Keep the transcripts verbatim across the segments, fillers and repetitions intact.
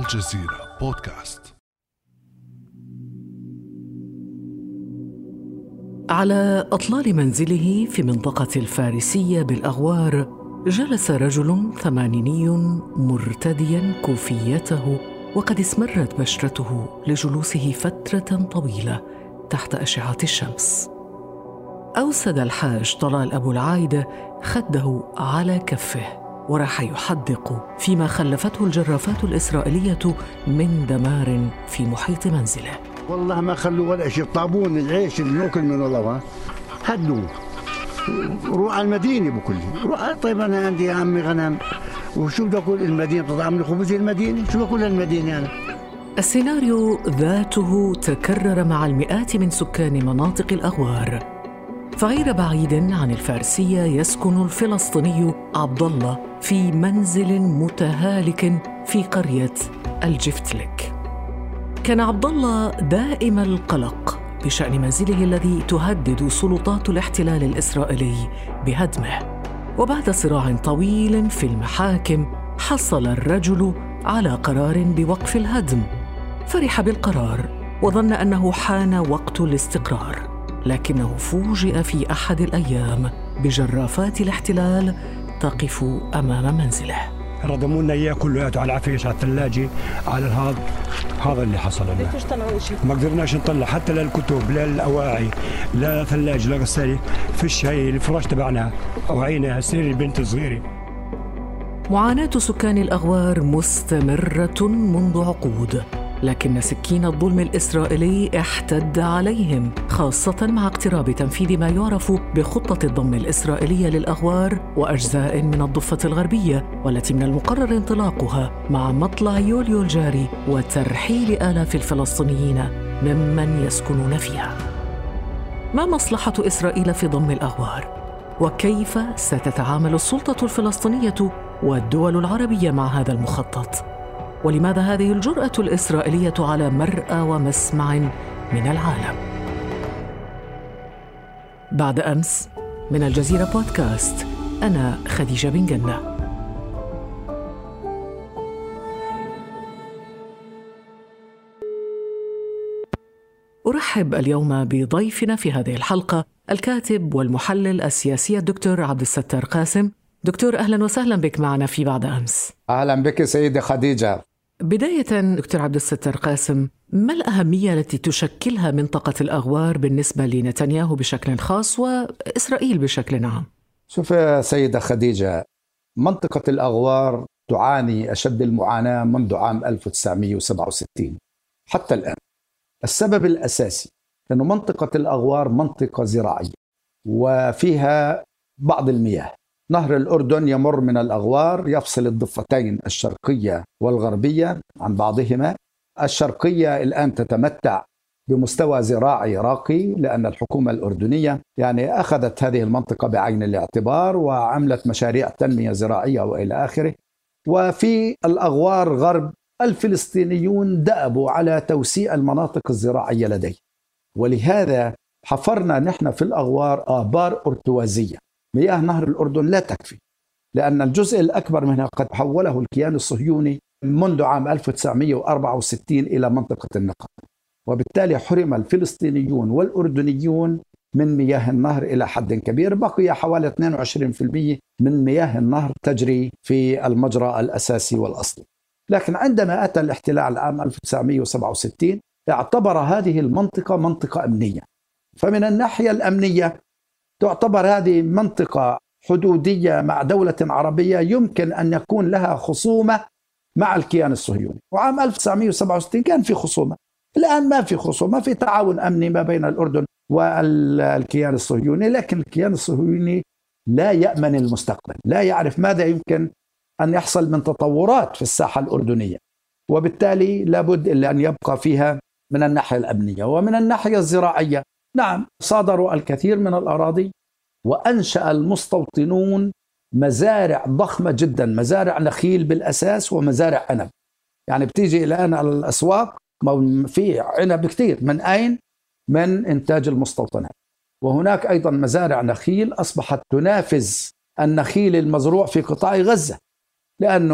الجزيرة بودكاست. على أطلال منزله في منطقة الفارسية بالأغوار جلس رجل ثمانيني مرتديا كوفيته، وقد اسمرت بشرته لجلوسه فترة طويلة تحت أشعة الشمس. أوسد الحاج طلال أبو العايدة خده على كفه وراح يحدق فيما خلفته الجرافات الإسرائيلية من دمار في محيط منزله. والله ما خلوا ولا شيء، طابون العيش اللي ناكل منه الله هدوه. روح على المدينة بكل روح. طيب أنا عندي يا عمي غنم، وشو بدي أقول المدينة تطعم لي خبز المدينة؟ شو بقول المدينة أنا؟ السيناريو ذاته تكرر مع المئات من سكان مناطق الأغوار. فغير بعيد عن الفارسية يسكن الفلسطيني عبد الله في منزل متهالك في قرية الجفتلك. كان عبد الله دائم القلق بشأن منزله الذي تهدد سلطات الاحتلال الإسرائيلي بهدمه. وبعد صراع طويل في المحاكم حصل الرجل على قرار بوقف الهدم. فرح بالقرار وظن أنه حان وقت الاستقرار، لكنه فوجئ في أحد الأيام بجرافات الاحتلال تقف أمام منزله. ردموا لنا إياه كله على العفيش على الثلاجة على الهض. هذا اللي حصل لنا. ما قدرناش نطلع حتى لا الكتب لا الأواعي لا ثلاجة لا غسالة، فيش هاي الفراش تبعنا أوعينا سرير البنت الصغيرة. معاناة سكان الأغوار مستمرة منذ عقود، لكن سكين الظلم الإسرائيلي احتد عليهم، خاصة مع اقتراب تنفيذ ما يعرف بخطة الضم الإسرائيلية للأغوار وأجزاء من الضفة الغربية، والتي من المقرر انطلاقها مع مطلع يوليو الجاري وترحيل آلاف الفلسطينيين ممن يسكنون فيها. ما مصلحة إسرائيل في ضم الأغوار؟ وكيف ستتعامل السلطة الفلسطينية والدول العربية مع هذا المخطط؟ ولماذا هذه الجرأة الإسرائيلية على مرأى ومسمع من العالم؟ بعد أمس من الجزيرة بودكاست، أنا خديجة بن جنة. أرحب اليوم بضيفنا في هذه الحلقة الكاتب والمحلل السياسي الدكتور عبد الستار قاسم. دكتور، أهلا وسهلا بك معنا في بعد أمس. أهلا بك سيدة خديجة. بداية دكتور عبد الستار قاسم، ما الأهمية التي تشكلها منطقة الأغوار بالنسبة لنتنياهو بشكل خاص وإسرائيل بشكل عام؟ شوف سيدة خديجة، منطقة الأغوار تعاني أشد المعاناة منذ عام ألف وتسعمائة وسبعة وستين حتى الآن. السبب الأساسي أن منطقة الأغوار منطقة زراعية وفيها بعض المياه. نهر الأردن يمر من الأغوار، يفصل الضفتين الشرقية والغربية عن بعضهما. الشرقية الآن تتمتع بمستوى زراعي راقي لأن الحكومة الأردنية يعني أخذت هذه المنطقة بعين الاعتبار وعملت مشاريع تنمية زراعية وإلى آخره. وفي الأغوار غرب الفلسطينيون دأبوا على توسيع المناطق الزراعية لديه، ولهذا حفرنا نحن في الأغوار آبار أرتوازية. مياه نهر الأردن لا تكفي لأن الجزء الأكبر منها قد حوله الكيان الصهيوني منذ عام ألف وتسعمائة وأربعة وستين إلى منطقة النقب، وبالتالي حرم الفلسطينيون والأردنيون من مياه النهر إلى حد كبير. بقي حوالي اثنين وعشرين بالمئة من مياه النهر تجري في المجرى الأساسي والأصلي. لكن عندما أتى الاحتلال عام ألف وتسعمائة وسبعة وستين اعتبر هذه المنطقة منطقة أمنية. فمن الناحية الأمنية تعتبر هذه منطقة حدودية مع دولة عربية يمكن أن يكون لها خصومة مع الكيان الصهيوني. وعام ألف وتسعمائة وسبعة وستين كان في خصومة، الآن ما في خصومة، في تعاون أمني ما بين الأردن والكيان الصهيوني. لكن الكيان الصهيوني لا يأمن المستقبل، لا يعرف ماذا يمكن أن يحصل من تطورات في الساحة الأردنية، وبالتالي لابد إلا أن يبقى فيها من الناحية الأمنية. ومن الناحية الزراعية نعم صادروا الكثير من الأراضي وأنشأ المستوطنون مزارع ضخمة جدا، مزارع نخيل بالأساس ومزارع عنب. يعني بتيجي الآن على الأسواق في عنب كثير، من أين؟ من إنتاج المستوطنات. وهناك أيضا مزارع نخيل أصبحت تنافس النخيل المزروع في قطاع غزة، لأنه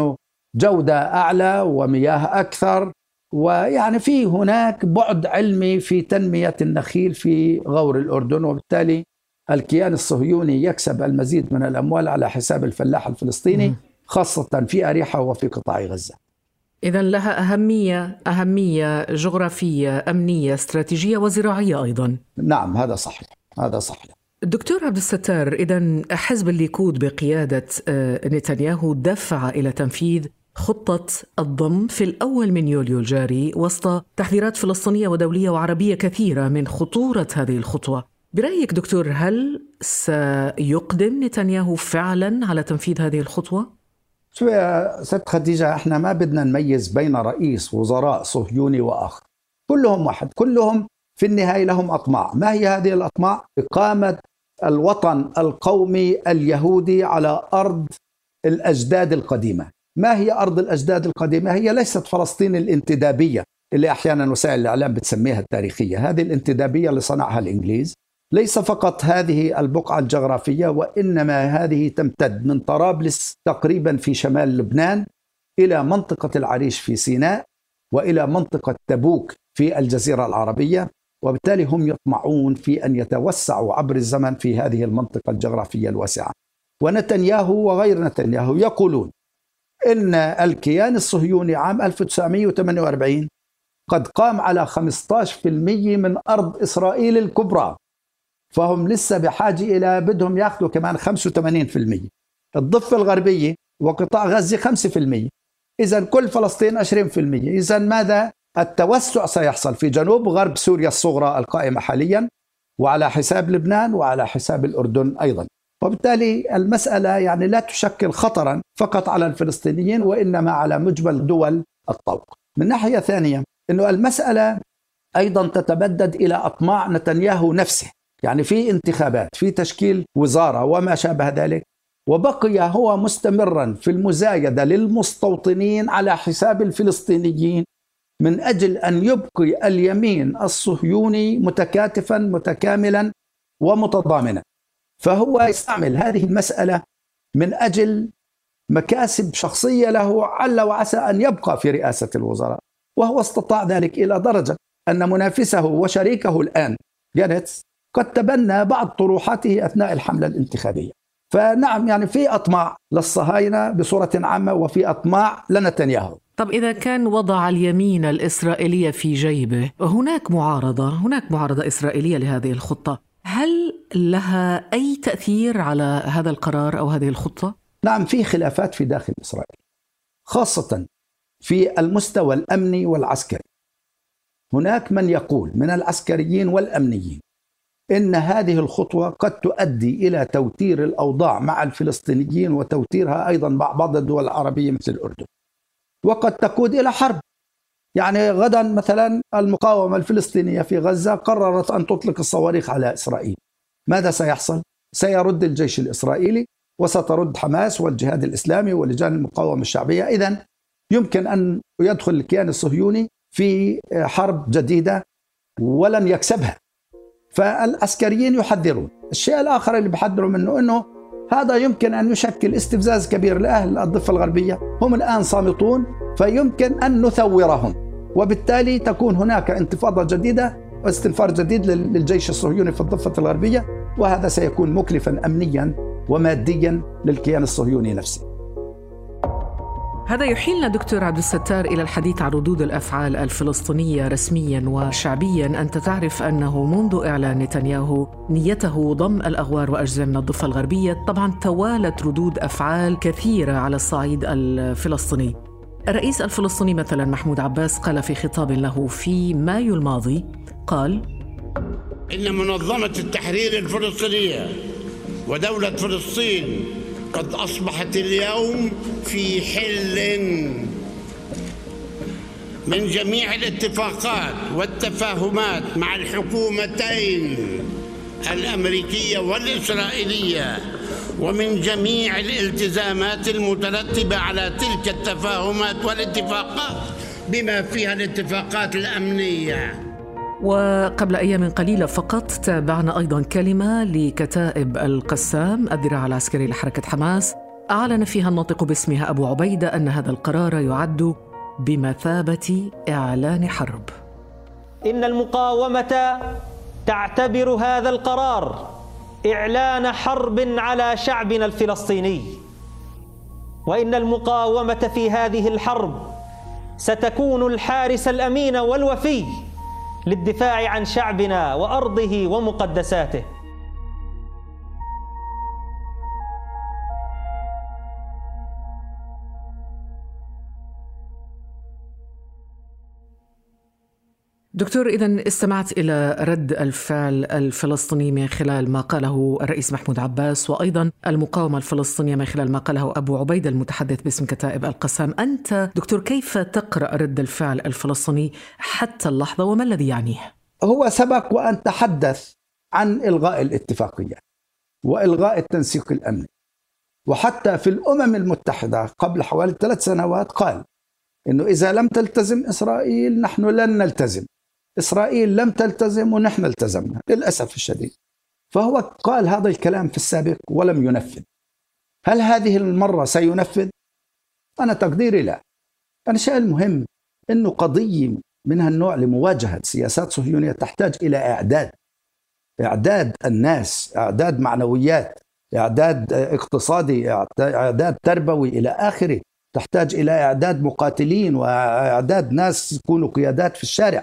جودة أعلى ومياه أكثر، ويعني في هناك بعد علمي في تنمية النخيل في غور الأردن، وبالتالي الكيان الصهيوني يكسب المزيد من الأموال على حساب الفلاح الفلسطيني خاصة في أريحة وفي قطاع غزة. إذن لها أهمية أهمية جغرافية أمنية استراتيجية وزراعية أيضا. نعم هذا صحيح، هذا صحيح. الدكتور عبد الستار، إذن حزب الليكود بقيادة نتنياهو دفع إلى تنفيذ خطة الضم في الأول من يوليو الجاري وسط تحذيرات فلسطينية ودولية وعربية كثيرة من خطورة هذه الخطوة. برأيك دكتور، هل سيقدم نتنياهو فعلا على تنفيذ هذه الخطوة؟ شو يا ست خديجة، احنا ما بدنا نميز بين رئيس وزراء صهيوني وآخر، كلهم واحد، كلهم في النهاية لهم أطماع. ما هي هذه الأطماع؟ إقامة الوطن القومي اليهودي على أرض الأجداد القديمة. ما هي أرض الأجداد القديمة؟ هي ليست فلسطين الانتدابية اللي أحيانا وسائل الإعلام بتسميها التاريخية. هذه الانتدابية اللي صنعها الإنجليز ليس فقط هذه البقعة الجغرافية، وإنما هذه تمتد من طرابلس تقريبا في شمال لبنان إلى منطقة العريش في سيناء وإلى منطقة تبوك في الجزيرة العربية، وبالتالي هم يطمعون في أن يتوسعوا عبر الزمن في هذه المنطقة الجغرافية الواسعة. ونتنياهو وغير نتنياهو يقولون إن الكيان الصهيوني عام ألف وتسعمئة وثمانية وأربعين قد قام على خمسة عشر بالمئة من أرض إسرائيل الكبرى، فهم لسه بحاجة إلى بدهم يأخذوا كمان خمسة وثمانين بالمئة. الضفة الغربية وقطاع غزة خمسة بالمئة، إذن كل فلسطين عشرين بالمئة. إذن ماذا؟ التوسع سيحصل في جنوب غرب سوريا الصغرى القائمة حاليا، وعلى حساب لبنان وعلى حساب الأردن أيضا. وبالتالي المسألة يعني لا تشكل خطرا فقط على الفلسطينيين، وإنما على مجمل دول الطوق. من ناحية ثانية إنه المسألة أيضا تتبدد إلى أطماع نتنياهو نفسه، يعني في انتخابات، في تشكيل وزارة وما شابه ذلك، وبقي هو مستمرا في المزايدة للمستوطنين على حساب الفلسطينيين من أجل أن يبقي اليمين الصهيوني متكاتفا متكاملا ومتضامنا. فهو يستعمل هذه المسألة من أجل مكاسب شخصية له، عل وعسى أن يبقى في رئاسة الوزراء، وهو استطاع ذلك إلى درجة أن منافسه وشريكه الآن جانتس قد تبنى بعض طروحاته أثناء الحملة الانتخابية. فنعم يعني في أطماع للصهاينة بصورة عامة وفي أطماع لنتنياهو. طب إذا كان وضع اليمين الإسرائيلية في جيبه، هناك معارضة هناك معارضة إسرائيلية لهذه الخطة، هل لها أي تأثير على هذا القرار أو هذه الخطة؟ نعم في خلافات في داخل إسرائيل، خاصة في المستوى الأمني والعسكري. هناك من يقول من العسكريين والأمنيين إن هذه الخطوة قد تؤدي إلى توتير الأوضاع مع الفلسطينيين وتوتيرها أيضا مع بعض الدول العربية مثل الأردن، وقد تقود إلى حرب. يعني غدا مثلا المقاومة الفلسطينية في غزة قررت أن تطلق الصواريخ على إسرائيل، ماذا سيحصل؟ سيرد الجيش الإسرائيلي وسترد حماس والجهاد الإسلامي ولجان المقاومة الشعبية. إذن يمكن أن يدخل الكيان الصهيوني في حرب جديدة ولن يكسبها. فالعسكريين يحذرون. الشيء الآخر اللي بحذروا منه أنه هذا يمكن أن يشكل استفزاز كبير لأهل الضفة الغربية، هم الآن صامتون، فيمكن أن نثورهم، وبالتالي تكون هناك انتفاضة جديدة واستنفار جديد للجيش الصهيوني في الضفة الغربية، وهذا سيكون مكلفا أمنيا وماديا للكيان الصهيوني نفسه. هذا يحيلنا دكتور عبد الستار إلى الحديث عن ردود الأفعال الفلسطينية رسميا وشعبيا. أنت تعرف أنه منذ إعلان نتنياهو نيته ضم الأغوار وأجزاء من الضفة الغربية، طبعا توالت ردود أفعال كثيرة على الصعيد الفلسطيني. الرئيس الفلسطيني مثلا محمود عباس قال في خطاب له في مايو الماضي، قال: إن منظمة التحرير الفلسطينية ودولة فلسطين قد أصبحت اليوم في حل من جميع الاتفاقات والتفاهمات مع الحكومتين الأمريكية والإسرائيلية، ومن جميع الالتزامات المترتبة على تلك التفاهمات والاتفاقات بما فيها الاتفاقات الأمنية. وقبل أيام قليلة فقط تابعنا أيضا كلمة لكتائب القسام الذراع العسكري لحركة حماس، أعلن فيها الناطق باسمها أبو عبيدة أن هذا القرار يعد بمثابة إعلان حرب. إن المقاومة تعتبر هذا القرار إعلان حرب على شعبنا الفلسطيني، وإن المقاومة في هذه الحرب ستكون الحارس الأمين والوفي للدفاع عن شعبنا وأرضه ومقدساته. دكتور، إذن استمعت إلى رد الفعل الفلسطيني من خلال ما قاله الرئيس محمود عباس، وأيضا المقاومة الفلسطينية من خلال ما قاله أبو عبيدة المتحدث باسم كتائب القسام. أنت دكتور كيف تقرأ رد الفعل الفلسطيني حتى اللحظة وما الذي يعنيه؟ هو سبق وأن تحدث عن إلغاء الاتفاقية وإلغاء التنسيق الأمني، وحتى في الأمم المتحدة قبل حوالي ثلاث سنوات قال إنه إذا لم تلتزم إسرائيل نحن لن نلتزم. إسرائيل لم تلتزم ونحن التزمنا للأسف الشديد. فهو قال هذا الكلام في السابق ولم ينفذ. هل هذه المرة سينفذ؟ أنا تقديري لا. أنا الشيء المهم أنه قضية من هالنوع لمواجهة سياسات صهيونية تحتاج إلى إعداد إعداد الناس، إعداد معنويات، إعداد اقتصادي، إعداد تربوي إلى آخره. تحتاج إلى إعداد مقاتلين وإعداد ناس يكونوا قيادات في الشارع.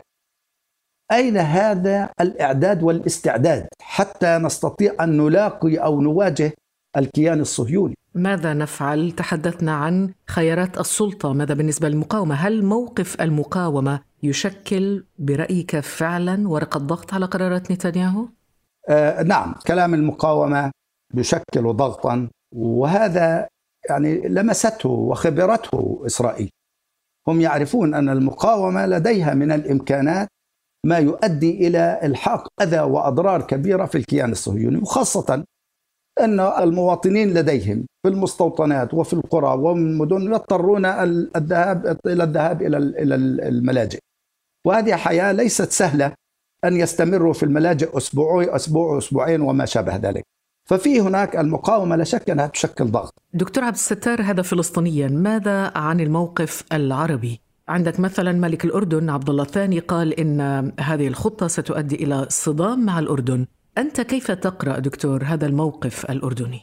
أين هذا الإعداد والاستعداد حتى نستطيع أن نلاقي أو نواجه الكيان الصهيوني؟ ماذا نفعل؟ تحدثنا عن خيارات السلطة، ماذا بالنسبة للمقاومة؟ هل موقف المقاومة يشكل برأيك فعلا ورقة ضغط على قرارات نتنياهو؟ آه نعم، كلام المقاومة يشكل ضغطا، وهذا يعني لمسته وخبرته إسرائيل. هم يعرفون أن المقاومة لديها من الإمكانات ما يؤدي إلى إلحاق أذى وأضرار كبيرة في الكيان الصهيوني، وخاصة أن المواطنين لديهم في المستوطنات وفي القرى والمدن يضطرون الذهاب إلى الذهاب إلى إلى الملاجئ، وهذه حياة ليست سهلة أن يستمروا في الملاجئ أسبوع أسبوع أسبوعين وما شابه ذلك. ففي هناك المقاومة لا شك أنها تشكل ضغط. دكتور عبد الستار، هذا فلسطينيا، ماذا عن الموقف العربي؟ عندك مثلا ملك الأردن عبد الله الثاني قال إن هذه الخطة ستؤدي إلى صدام مع الأردن. أنت كيف تقرأ دكتور هذا الموقف الأردني؟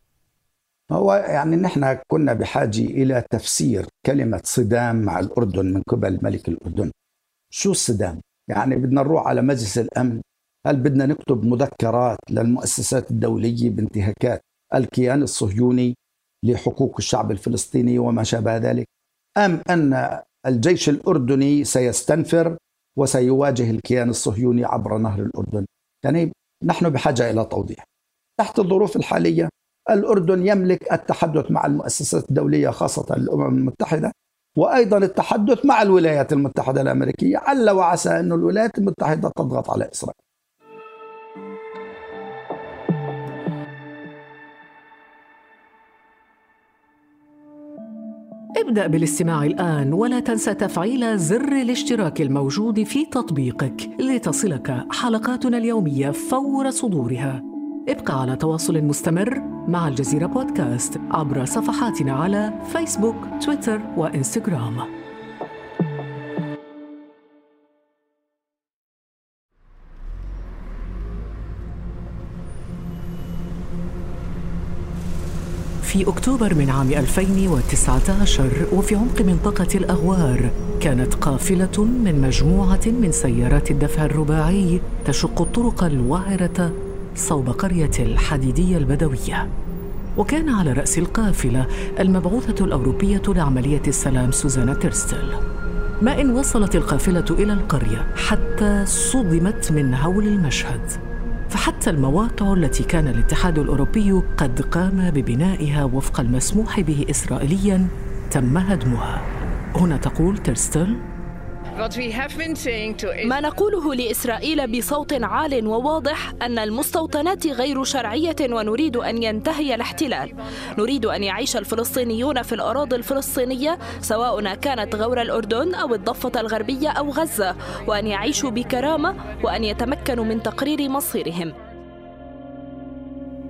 هو يعني نحن كنا بحاجة إلى تفسير كلمة صدام مع الأردن من قبل ملك الأردن. شو الصدام؟ يعني بدنا نروح على مجلس الأمن؟ هل بدنا نكتب مذكرات للمؤسسات الدولية بانتهاكات الكيان الصهيوني لحقوق الشعب الفلسطيني وما شابه ذلك؟ أم أن الجيش الأردني سيستنفر وسيواجه الكيان الصهيوني عبر نهر الأردن؟ يعني نحن بحاجة إلى توضيح. تحت الظروف الحالية الأردن يملك التحدث مع المؤسسات الدولية خاصة الأمم المتحدة، وأيضا التحدث مع الولايات المتحدة الأمريكية، عل وعسى أن الولايات المتحدة تضغط على إسرائيل. ابدأ بالاستماع الآن ولا تنسى تفعيل زر الاشتراك الموجود في تطبيقك لتصلك حلقاتنا اليومية فور صدورها. ابقى على تواصل مستمر مع الجزيرة بودكاست عبر صفحاتنا على فيسبوك، تويتر وإنستغرام. في أكتوبر من عام ألفين وتسعة عشر وفي عمق منطقة الأغوار كانت قافلة من مجموعة من سيارات الدفع الرباعي تشق الطرق الوعرة صوب قرية الحديدية البدوية، وكان على رأس القافلة المبعوثة الأوروبية لعملية السلام سوزانا تيرستل. ما إن وصلت القافلة إلى القرية حتى صدمت من هول المشهد، فحتى المواقع التي كان الاتحاد الأوروبي قد قام ببنائها وفق المسموح به إسرائيلياً تم هدمها. هنا تقول تيرستل: ما نقوله لإسرائيل بصوت عال وواضح أن المستوطنات غير شرعية ونريد أن ينتهي الاحتلال. نريد أن يعيش الفلسطينيون في الأراضي الفلسطينية سواء كانت غور الأردن أو الضفة الغربية أو غزة، وأن يعيشوا بكرامة وأن يتمكنوا من تقرير مصيرهم.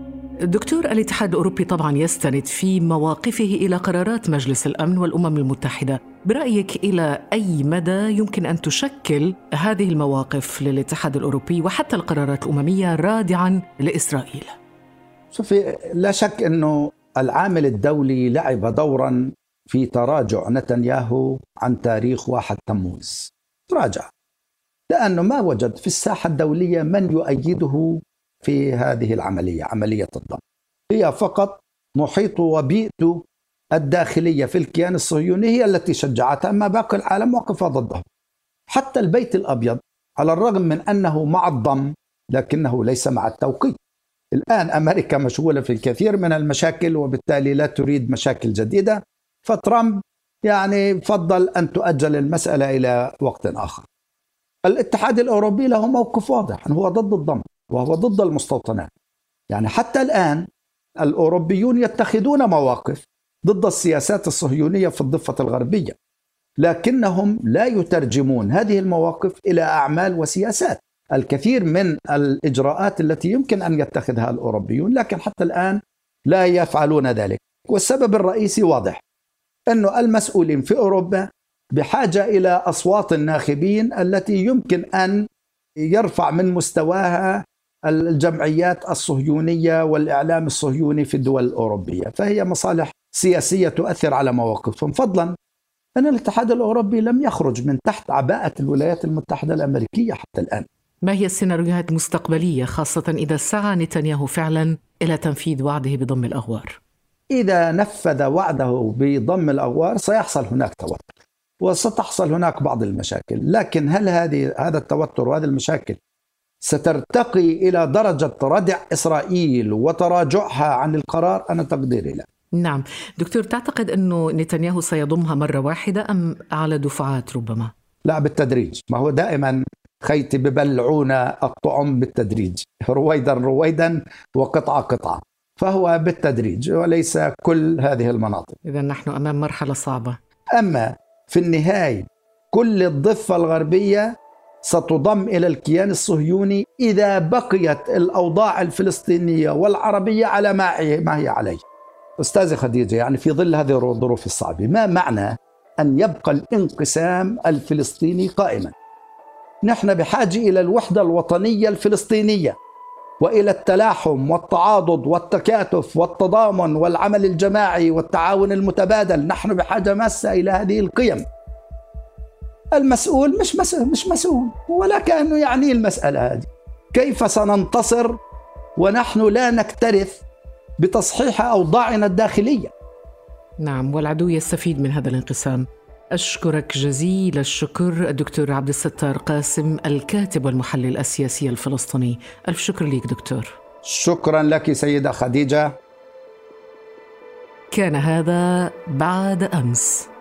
دكتور، الاتحاد الأوروبي طبعا يستند في مواقفه إلى قرارات مجلس الأمن والأمم المتحدة. برأيك إلى أي مدى يمكن أن تشكل هذه المواقف للاتحاد الأوروبي وحتى القرارات الأممية رادعا لإسرائيل؟ شوفي، لا شك أنه العامل الدولي لعب دورا في تراجع نتنياهو عن تاريخ واحد تموز. تراجع لأنه ما وجد في الساحة الدولية من يؤيده في هذه العملية، عملية الضم. هي فقط محيطه وبيئته الداخلية في الكيان الصهيوني هي التي شجعتها، أما باقي العالم وقف ضده. حتى البيت الأبيض على الرغم من أنه مع الضم لكنه ليس مع التوقيت. الآن أمريكا مشغولة في الكثير من المشاكل وبالتالي لا تريد مشاكل جديدة، فترامب يعني فضل أن تؤجل المسألة إلى وقت آخر. الاتحاد الأوروبي له موقف واضح، هو ضد الضم وهو ضد المستوطنات. يعني حتى الآن الأوروبيون يتخذون مواقف ضد السياسات الصهيونية في الضفة الغربية، لكنهم لا يترجمون هذه المواقف إلى أعمال وسياسات. الكثير من الإجراءات التي يمكن أن يتخذها الأوروبيون لكن حتى الآن لا يفعلون ذلك، والسبب الرئيسي واضح، أن المسؤولين في أوروبا بحاجة إلى أصوات الناخبين التي يمكن أن يرفع من مستواها الجمعيات الصهيونية والإعلام الصهيوني في الدول الأوروبية، فهي مصالح سياسية تؤثر على مواقفهم، فضلا أن الاتحاد الأوروبي لم يخرج من تحت عباءة الولايات المتحدة الأمريكية حتى الآن. ما هي السيناريوهات المستقبلية خاصة إذا سعى نتنياهو فعلا إلى تنفيذ وعده بضم الأغوار؟ إذا نفذ وعده بضم الأغوار سيحصل هناك توتر وستحصل هناك بعض المشاكل، لكن هل هذه هذا التوتر وهذه المشاكل سترتقي إلى درجة ردع إسرائيل وتراجعها عن القرار؟ أنا تقديري لا. نعم دكتور، تعتقد أنه نتنياهو سيضمها مرة واحدة أم على دفعات ربما؟ لا، بالتدريج. ما هو دائما خيتي ببلعونا الطعم بالتدريج، رويدا رويدا وقطعة قطعة، فهو بالتدريج وليس كل هذه المناطق. إذا نحن أمام مرحلة صعبة. أما في النهاية كل الضفة الغربية ستضم إلى الكيان الصهيوني إذا بقيت الأوضاع الفلسطينية والعربية على ما هي عليه. أستاذة خديجة، يعني في ظل هذه الظروف الصعبة ما معنى أن يبقى الانقسام الفلسطيني قائما؟ نحن بحاجة إلى الوحدة الوطنية الفلسطينية وإلى التلاحم والتعاضد والتكاتف والتضامن والعمل الجماعي والتعاون المتبادل. نحن بحاجة ماسة إلى هذه القيم. المسؤول مش مسؤول مش مسؤول ولا كأنه يعني المسألة هذه. كيف سننتصر ونحن لا نكترث بتصحيح أوضاعنا الداخلية؟ نعم، والعدو يستفيد من هذا الانقسام. أشكرك جزيل الشكر الدكتور عبد الستار قاسم، الكاتب والمحلل السياسي الفلسطيني. ألف شكر لك دكتور. شكرا لك سيدة خديجة. كان هذا بعد أمس.